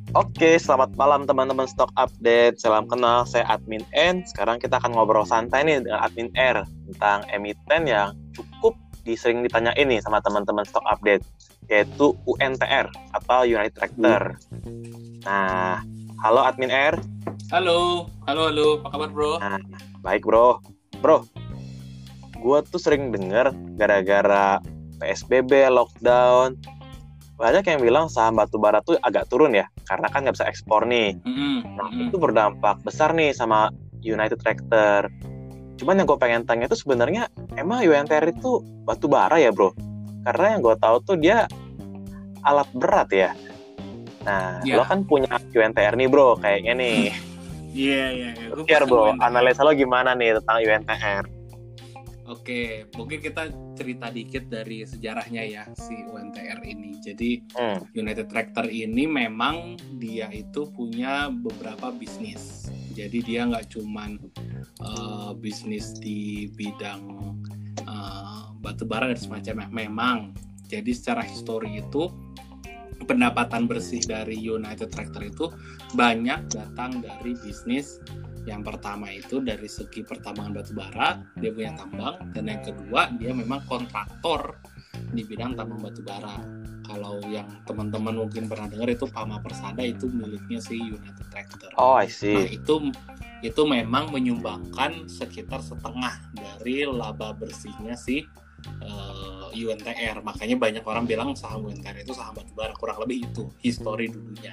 Oke, selamat malam teman-teman Stock Update. Salam kenal, saya Admin N. Sekarang kita akan ngobrol santai nih dengan Admin R tentang emiten yang cukup sering ditanyain nih sama teman-teman Stock Update, yaitu UNTR atau United Tractor. Nah, halo Admin R. Halo, apa kabar bro? Nah, baik bro. Bro, gue tuh sering denger gara-gara PSBB, lockdown, banyak yang bilang saham batubara tuh agak turun ya, karena kan nggak bisa ekspor nih. Nah, itu berdampak besar nih sama United Tractor. Cuman yang gue pengen tanya itu sebenarnya emang UNTR itu batubara ya bro? Karena yang gue tahu tuh dia alat berat ya. Nah, Ya. lo kan punya UNTR nih bro, kayaknya nih. Iya. Share bro, analisa lo gimana nih tentang UNTR? Oke, mungkin kita cerita dikit dari sejarahnya ya si UNTR ini. Jadi United Tractor ini memang dia itu punya beberapa bisnis. Jadi dia nggak cuman bisnis di bidang batubara dan semacamnya. Memang. Jadi secara histori itu pendapatan bersih dari United Tractor itu banyak datang dari bisnis. Yang pertama itu dari segi pertambangan batubara, dia punya tambang, dan yang kedua dia memang kontraktor di bidang tambang batubara. Kalau yang teman-teman mungkin pernah dengar itu Pama Persada itu miliknya si United Tractor. Oh, I see. Nah itu memang menyumbangkan sekitar setengah dari laba bersihnya si UNTR. Makanya banyak orang bilang saham UNTR itu saham batubara, kurang lebih itu histori dulunya.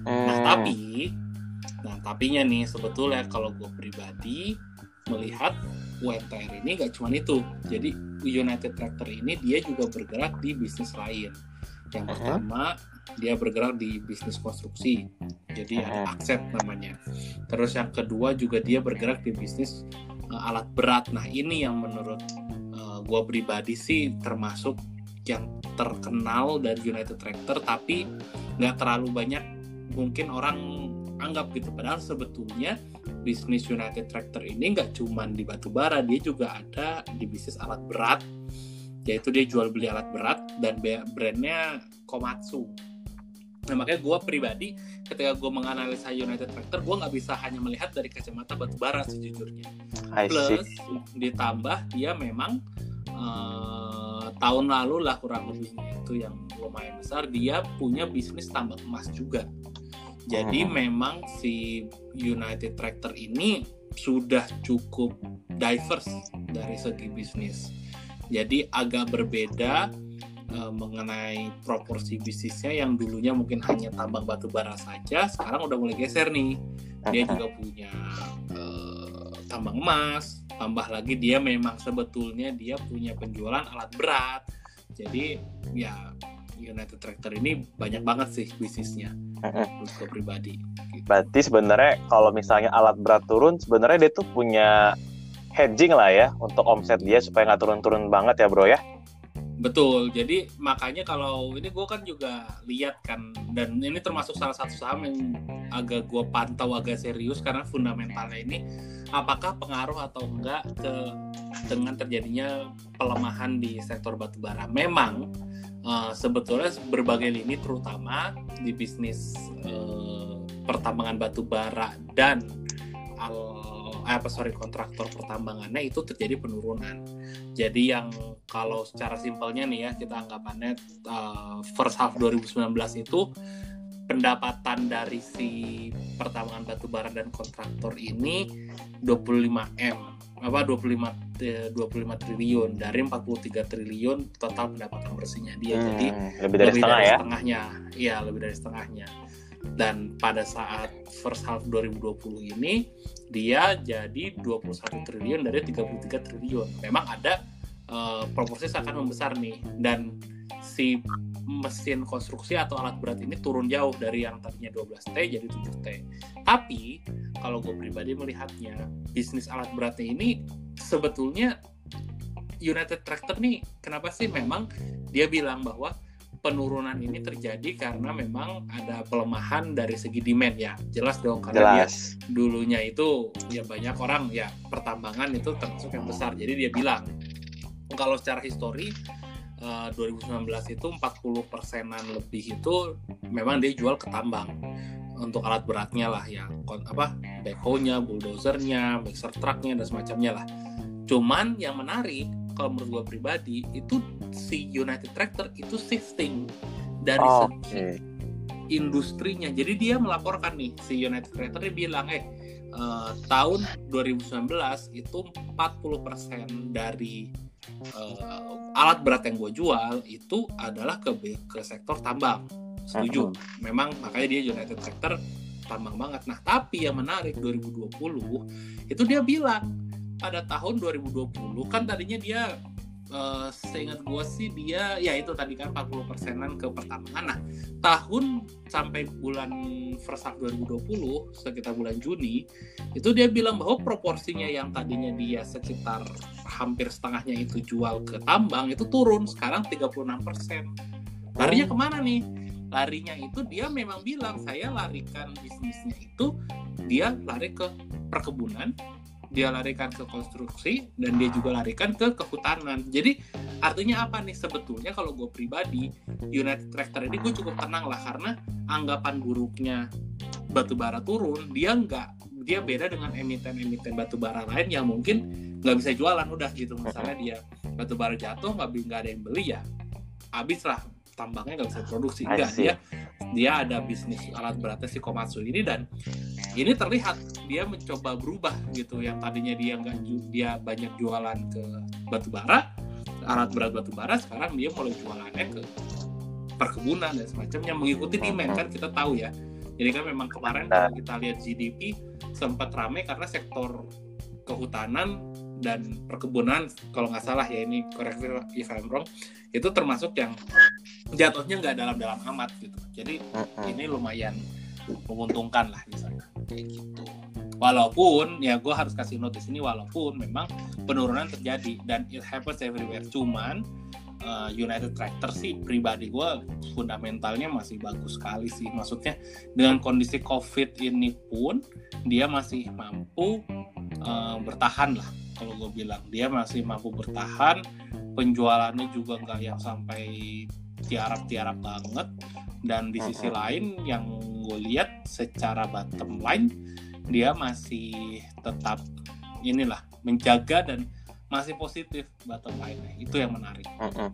Nah tapinya nih sebetulnya kalau gue pribadi melihat UNTR ini gak cuma itu. Jadi United Tractor ini dia juga bergerak di bisnis lain. Yang pertama dia bergerak di bisnis konstruksi. Jadi ada Akset namanya. Terus yang kedua juga dia bergerak di bisnis alat berat. Nah ini yang menurut gue pribadi sih termasuk yang terkenal dari United Tractor, tapi gak terlalu banyak mungkin orang anggap gitu. Padahal sebetulnya bisnis United Tractor ini nggak cuma di batubara, dia juga ada di bisnis alat berat, yaitu dia jual beli alat berat dan brandnya Komatsu. Nah makanya gue pribadi ketika gue menganalisa United Tractor, gue nggak bisa hanya melihat dari kacamata batubara sejujurnya. Plus ditambah dia memang tahun lalu lah kurang lebihnya itu yang lumayan besar, dia punya bisnis tambang emas juga. Jadi memang si United Tractor ini sudah cukup diverse dari segi bisnis. Jadi agak berbeda mengenai proporsi bisnisnya yang dulunya mungkin hanya tambang batubara saja, sekarang udah mulai geser nih. Dia juga punya tambang emas, tambah lagi dia memang sebetulnya dia punya penjualan alat berat. Jadi ya United Tractor ini banyak banget sih bisnisnya menurut gue pribadi gitu. Berarti sebenarnya kalau misalnya alat berat turun, sebenarnya dia tuh punya hedging lah ya untuk omset dia supaya nggak turun-turun banget ya bro ya. Betul, jadi makanya kalau ini gue kan juga lihat kan, dan ini termasuk salah satu saham yang agak gue pantau agak serius karena fundamentalnya ini apakah pengaruh atau enggak dengan terjadinya pelemahan di sektor batubara. Memang sebetulnya berbagai lini terutama di bisnis pertambangan batubara dan kontraktor pertambangannya itu terjadi penurunan. Jadi yang kalau secara simpelnya nih ya kita anggapannya first half 2019 itu pendapatan dari si pertambangan batubara dan kontraktor ini 25 triliun dari 43 triliun total pendapatan bersihnya dia. Jadi lebih dari setengahnya. Iya, lebih dari setengahnya. Dan pada saat first half 2020 ini dia jadi 21 triliun dari 33 triliun. Memang ada proporsi akan membesar nih, dan si mesin konstruksi atau alat berat ini turun jauh dari yang tadinya 12T jadi 7T. Tapi kalau gue pribadi melihatnya bisnis alat beratnya ini sebetulnya United Tractor nih kenapa sih memang dia bilang bahwa penurunan ini terjadi karena memang ada pelemahan dari segi demand ya. Jelas dong karena dia dulunya itu ya banyak orang ya pertambangan itu termasuk yang besar. Jadi dia bilang kalau secara histori 2019 itu 40%-an lebih itu memang dia jual ke tambang untuk alat beratnya lah ya, backhoe-nya, bulldozernya, mixer truck-nya dan semacamnya lah. Cuman yang menarik kalau menurut gue pribadi itu si United Tractor itu shifting dari segi industrinya. Jadi dia melaporkan nih, si United Tractor dia bilang tahun 2019 itu 40% dari alat berat yang gue jual itu adalah ke sektor tambang. Setuju. Memang makanya dia United Tractor tambang banget. Nah, tapi yang menarik 2020 itu dia bilang pada tahun 2020 kan tadinya dia seingat gue sih dia ya itu tadi kan 40%-an ke pertambangan. Nah, tahun sampai bulan first half 2020 sekitar bulan Juni itu dia bilang bahwa proporsinya yang tadinya dia sekitar hampir setengahnya itu jual ke tambang itu turun sekarang 36%. Larinya kemana nih? Larinya itu dia memang bilang saya larikan bisnisnya itu dia lari ke perkebunan, dia larikan ke konstruksi, dan dia juga larikan ke kehutanan. Jadi artinya apa nih sebetulnya kalau gue pribadi United Tractor ini gue cukup tenang lah karena anggapan buruknya batubara turun dia beda dengan emiten-emiten batubara lain yang mungkin nggak bisa jualan udah gitu. Misalnya dia batubara jatuh nggak ada yang beli ya habis lah tambangnya nggak bisa produksi. Enggak, dia ada bisnis alat beratnya si Komatsu ini dan ini terlihat dia mencoba berubah gitu. Yang tadinya dia banyak jualan ke batubara, alat berat batubara, sekarang dia mulai jualannya ke perkebunan dan semacamnya mengikuti demand kan kita tahu ya. Jadi kan memang kemarin kalau kita lihat GDP sempat ramai karena sektor kehutanan dan perkebunan kalau nggak salah ya, ini correct me if I'm wrong, itu termasuk yang jatuhnya nggak dalam-dalam amat gitu. Jadi ini lumayan menguntungkan lah misalnya kayak gitu. Walaupun ya gue harus kasih notice ini, walaupun memang penurunan terjadi dan it happens everywhere, cuman United Tractor sih pribadi gue fundamentalnya masih bagus sekali sih. Maksudnya dengan kondisi COVID ini pun dia masih mampu bertahan lah. Kalau gue bilang dia masih mampu bertahan, penjualannya juga nggak yang sampai tiarap-tiarap banget. Dan di sisi lain yang gue lihat secara bottom line dia masih tetap inilah menjaga dan masih positif bottom line-nya. Itu yang menarik.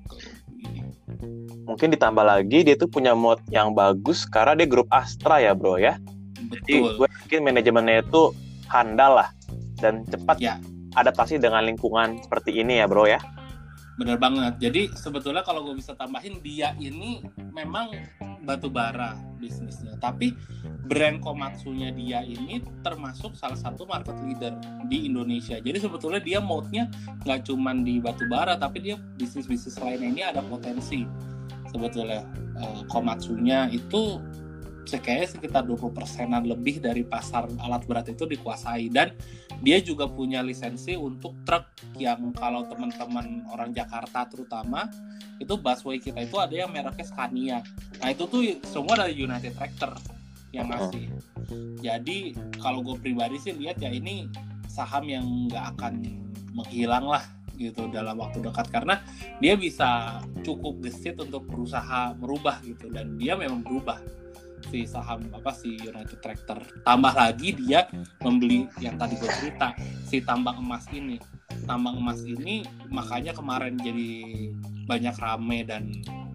Mungkin ditambah lagi dia tuh punya mode yang bagus karena dia grup Astra ya bro ya. Betul. Jadi gue yakin manajemennya itu handal lah dan cepat ya adaptasi dengan lingkungan seperti ini ya bro ya. Bener banget. Jadi sebetulnya kalau gue bisa tambahin, dia ini memang batubara bisnisnya, tapi brand Komatsunya dia ini termasuk salah satu market leader di Indonesia. Jadi sebetulnya dia mode-nya nggak cuma di batubara, tapi dia bisnis-bisnis lainnya ini ada potensi. Sebetulnya Komatsunya itu kayaknya sekitar 20%-an lebih dari pasar alat berat itu dikuasai, dan dia juga punya lisensi untuk truk yang kalau teman-teman orang Jakarta terutama itu busway kita itu ada yang mereknya Scania. Nah itu tuh semua dari United Tractor yang ngasih. Jadi kalau gue pribadi sih lihat ya ini saham yang nggak akan menghilang lah gitu dalam waktu dekat, karena dia bisa cukup gesit untuk berusaha merubah gitu, dan dia memang berubah si saham si United Tractor. Tambah lagi dia membeli yang tadi gue cerita, si tambang emas ini. Tambang emas ini makanya kemarin jadi banyak rame dan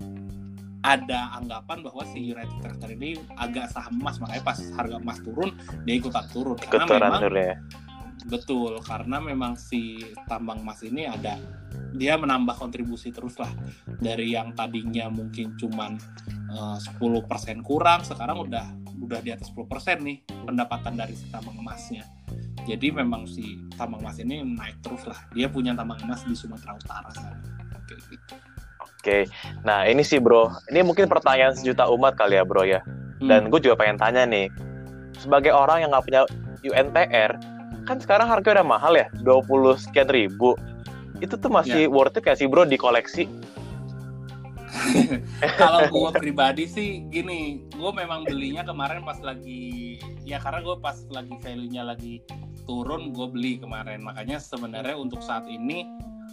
ada anggapan bahwa si United Tractor ini agak saham emas, makanya pas harga emas turun dia ikutan turun. Karena memang ya. Betul, karena memang si tambang emas ini dia menambah kontribusi terus lah, dari yang tadinya mungkin cuman 10% kurang, sekarang udah di atas 10% nih pendapatan dari si tambang emasnya. Jadi memang si tambang emas ini naik terus lah. Dia punya tambang emas di Sumatera Utara sana. Kayak gitu. Oke, nah ini sih bro, ini mungkin pertanyaan sejuta umat kali ya bro ya. Dan gue juga pengen tanya nih, sebagai orang yang nggak punya UNTR, kan sekarang harganya udah mahal ya, 20 sekian ribu. Itu tuh masih worth it gak sih bro dikoleksi? Kalau gue pribadi sih gini, gue memang belinya kemarin pas lagi, ya karena gue pas lagi value-nya lagi turun, gue beli kemarin. Makanya sebenarnya untuk saat ini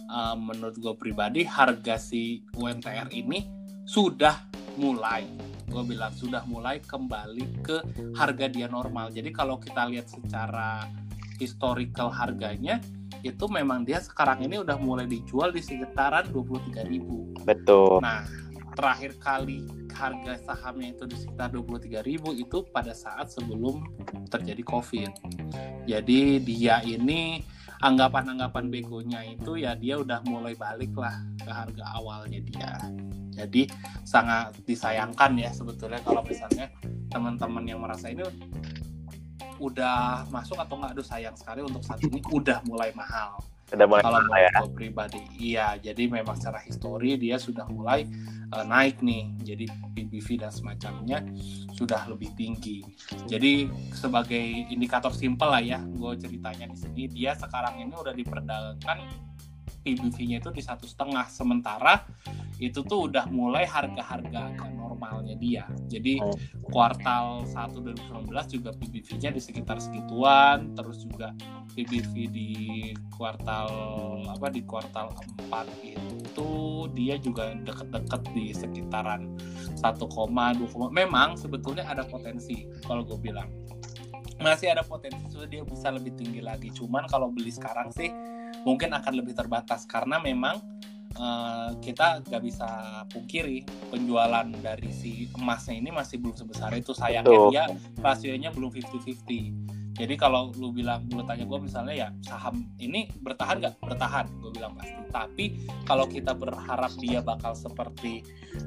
menurut gue pribadi harga si UNTR ini sudah mulai kembali ke harga dia normal. Jadi kalau kita lihat secara historical harganya, itu memang dia sekarang ini udah mulai dijual di sekitaran 23.000. Betul. Nah, terakhir kali harga sahamnya itu di sekitar 23.000 itu pada saat sebelum terjadi COVID. Jadi dia ini anggapan begonya itu ya dia udah mulai balik lah ke harga awalnya dia. Jadi sangat disayangkan ya sebetulnya kalau misalnya teman-teman yang merasa ini udah masuk atau nggak, aduh sayang sekali untuk saat ini udah mulai mahal. Kalau menurut gue pribadi, iya. Jadi memang secara histori dia sudah mulai naik nih. Jadi PBV dan semacamnya sudah lebih tinggi. Jadi sebagai indikator simpel lah ya, gue ceritanya di sini dia sekarang ini udah diperdagangkan PBV-nya itu di 1,5, sementara itu tuh udah mulai harga-harga normalnya dia. Jadi kuartal 1 2019 juga PBV-nya di sekitar segituan, terus juga PBV di kuartal 4 itu dia juga deket-deket di sekitaran 1,2. Memang sebetulnya ada potensi kalau gue bilang. Masih ada potensi sudah dia bisa lebih tinggi lagi. Cuman kalau beli sekarang sih mungkin akan lebih terbatas karena memang kita gak bisa pungkiri penjualan dari si emasnya ini masih belum sebesar itu. Sayangnya dia rasionya belum 50-50. Jadi kalau lu tanya gue misalnya ya saham ini bertahan gak? Bertahan, gue bilang pasti. Tapi kalau kita berharap dia bakal seperti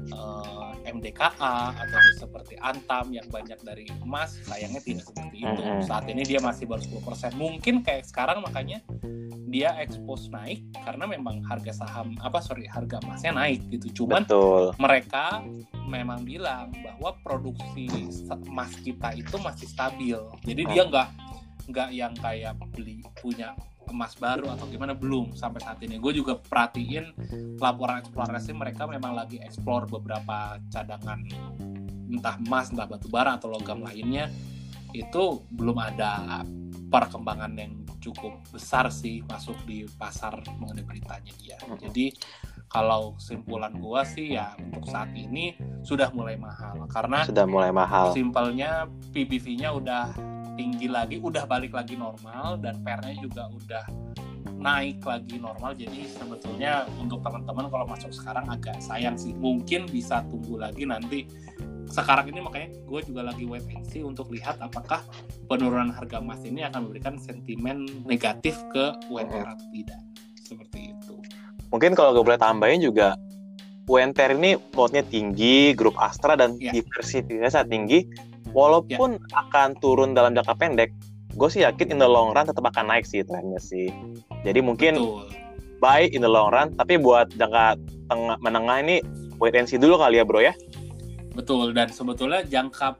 MDKA atau seperti Antam yang banyak dari emas, sayangnya tidak seperti itu. Saat ini dia masih baru 10%. Mungkin kayak sekarang makanya dia expose naik karena memang harga emasnya naik gitu. Cuman mereka memang bilang bahwa produksi emas kita itu masih stabil. Jadi dia nggak yang kayak punya emas baru atau gimana, belum sampai saat ini. Gue juga perhatiin laporan eksplorasi mereka memang lagi eksplor beberapa cadangan entah emas, entah batu bara atau logam lainnya. Itu belum ada perkembangan yang cukup besar sih masuk di pasar mengenai beritanya dia. Jadi kalau kesimpulan gua sih ya untuk saat ini sudah mulai mahal karena simpelnya PBV-nya udah tinggi lagi, udah balik lagi normal dan PER-nya juga udah naik lagi normal. Jadi sebetulnya untuk teman-teman kalau masuk sekarang agak sayang sih. Mungkin bisa tunggu lagi nanti. Sekarang ini makanya gue juga lagi wait and see untuk lihat apakah penurunan harga emas ini akan memberikan sentimen negatif ke UNTR atau tidak. Seperti itu. Mungkin kalau gue boleh tambahin juga, UNTR ini mode-nya tinggi, grup Astra dan diversitasnya sangat tinggi. Walaupun akan turun dalam jangka pendek, gue sih yakin in the long run tetap akan naik sih trennya sih. Jadi mungkin buy in the long run, tapi buat jangka menengah ini wait and see dulu kali ya bro ya. Betul, dan sebetulnya jangka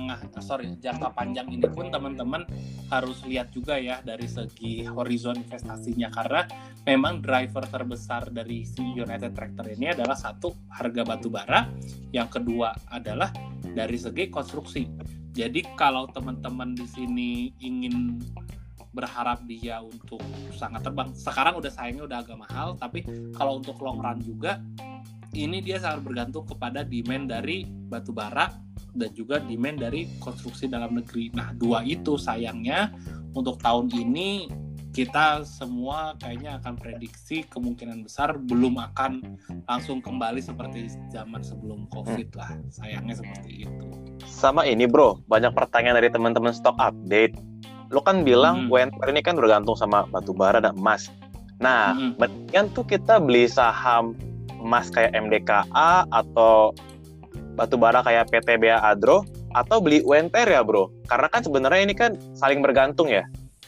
panjang ini pun teman-teman harus lihat juga ya dari segi horizon investasinya, karena memang driver terbesar dari si United Tractor ini adalah satu, harga batu bara, yang kedua adalah dari segi konstruksi. Jadi kalau teman-teman di sini ingin berharap dia untuk sangat terbang, sekarang udah sayangnya udah agak mahal, tapi kalau untuk long run juga ini dia sangat bergantung kepada demand dari batu bara dan juga demand dari konstruksi dalam negeri. Nah, dua itu sayangnya untuk tahun ini kita semua kayaknya akan prediksi kemungkinan besar belum akan langsung kembali seperti zaman sebelum COVID lah. Sayangnya seperti itu. Sama ini bro, banyak pertanyaan dari teman-teman stock update. Lo kan bilang UNTR ini kan bergantung sama batu bara dan emas. Nah, mendingan tuh kita beli saham emas kayak MDKA atau batu bara kayak PTBA Adro, atau beli UNTR ya bro? Karena kan sebenarnya ini kan saling bergantung ya.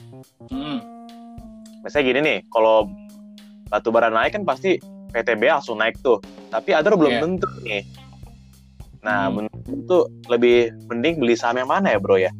Misalnya gini nih, kalau batu bara naik kan pasti PTBA langsung naik tuh, tapi Adro belum tentu nih. Nah, menurut lebih mending beli saham yang mana ya bro ya?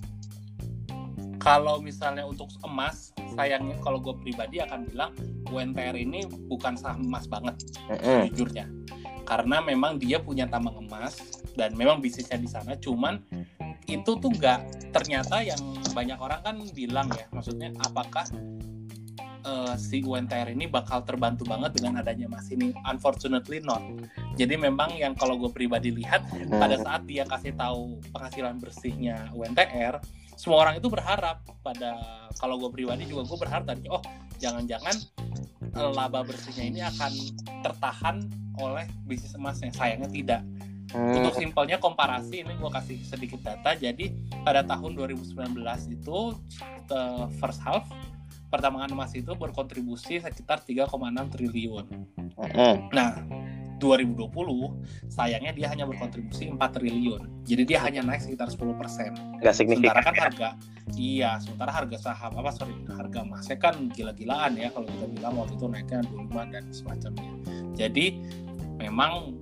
Kalau misalnya untuk emas, sayangnya kalau gue pribadi akan bilang UNTR ini bukan saham emas banget, jujurnya. Karena memang dia punya tambang emas dan memang bisnisnya di sana. Cuman itu tuh nggak, ternyata yang banyak orang kan bilang ya, maksudnya apakah si UNTR ini bakal terbantu banget dengan adanya emas ini. Unfortunately not. Jadi memang yang kalau gue pribadi lihat pada saat dia kasih tahu penghasilan bersihnya UNTR, semua orang itu berharap kalau gue pribadi juga gue berharap tadi, oh jangan-jangan laba bersihnya ini akan tertahan oleh bisnis emasnya. Sayangnya tidak. Untuk simpelnya komparasi, ini gue kasih sedikit data. Jadi pada tahun 2019 itu first half pertambangan emas itu berkontribusi sekitar 3,6 triliun. Nah, 2020 sayangnya dia hanya berkontribusi 4 triliun. Jadi dia hanya naik sekitar 10%. Nggak signifikan. Sementara harga harga emasnya kan gila-gilaan ya kalau kita bilang waktu itu naiknya 25 dan semacamnya. Jadi memang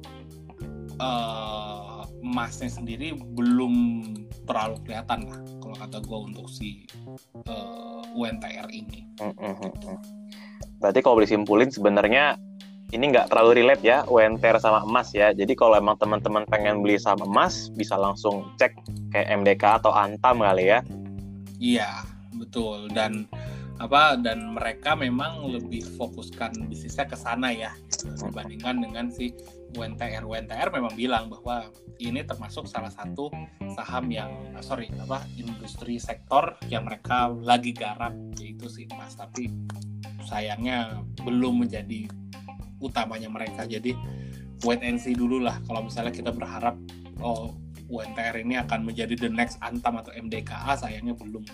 emasnya sendiri belum terlalu kelihatan lah kalau kata gue untuk si UNTR ini. Berarti kalau boleh simpulin sebenarnya ini nggak terlalu relate ya UNTR sama emas ya. Jadi kalau emang teman-teman pengen beli saham emas bisa langsung cek kayak MDK atau Antam kali ya. Iya betul, dan mereka memang lebih fokuskan bisnisnya ke sana ya dibandingkan dengan si UNTR. UNTR memang bilang bahwa ini termasuk salah satu saham industri sektor yang mereka lagi garap, yaitu si emas, tapi sayangnya belum menjadi utamanya mereka. Jadi wait and see dulu lah kalau misalnya kita berharap UNTR ini akan menjadi the next Antam atau MDKA, sayangnya belum.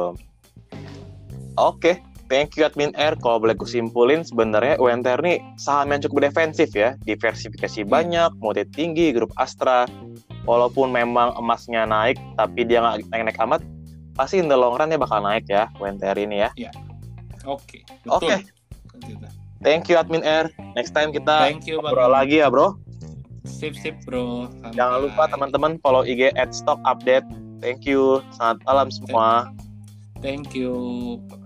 Oke, thank you Admin R. Kalau boleh gue simpulin, sebenarnya UNTR ini saham yang cukup defensif ya. Diversifikasi banyak, multi tinggi, grup Astra. Walaupun memang emasnya naik, tapi dia nggak naik-naik amat, pasti in the long run dia bakal naik ya, UNTR ini ya. Iya. Oke, betul. Thank you Admin R. Next time kita ngobrol lagi ya bro. Sip bro. Sampai. Jangan lupa teman-teman follow IG @stockupdate. Thank you. Selamat malam semua. Thank you.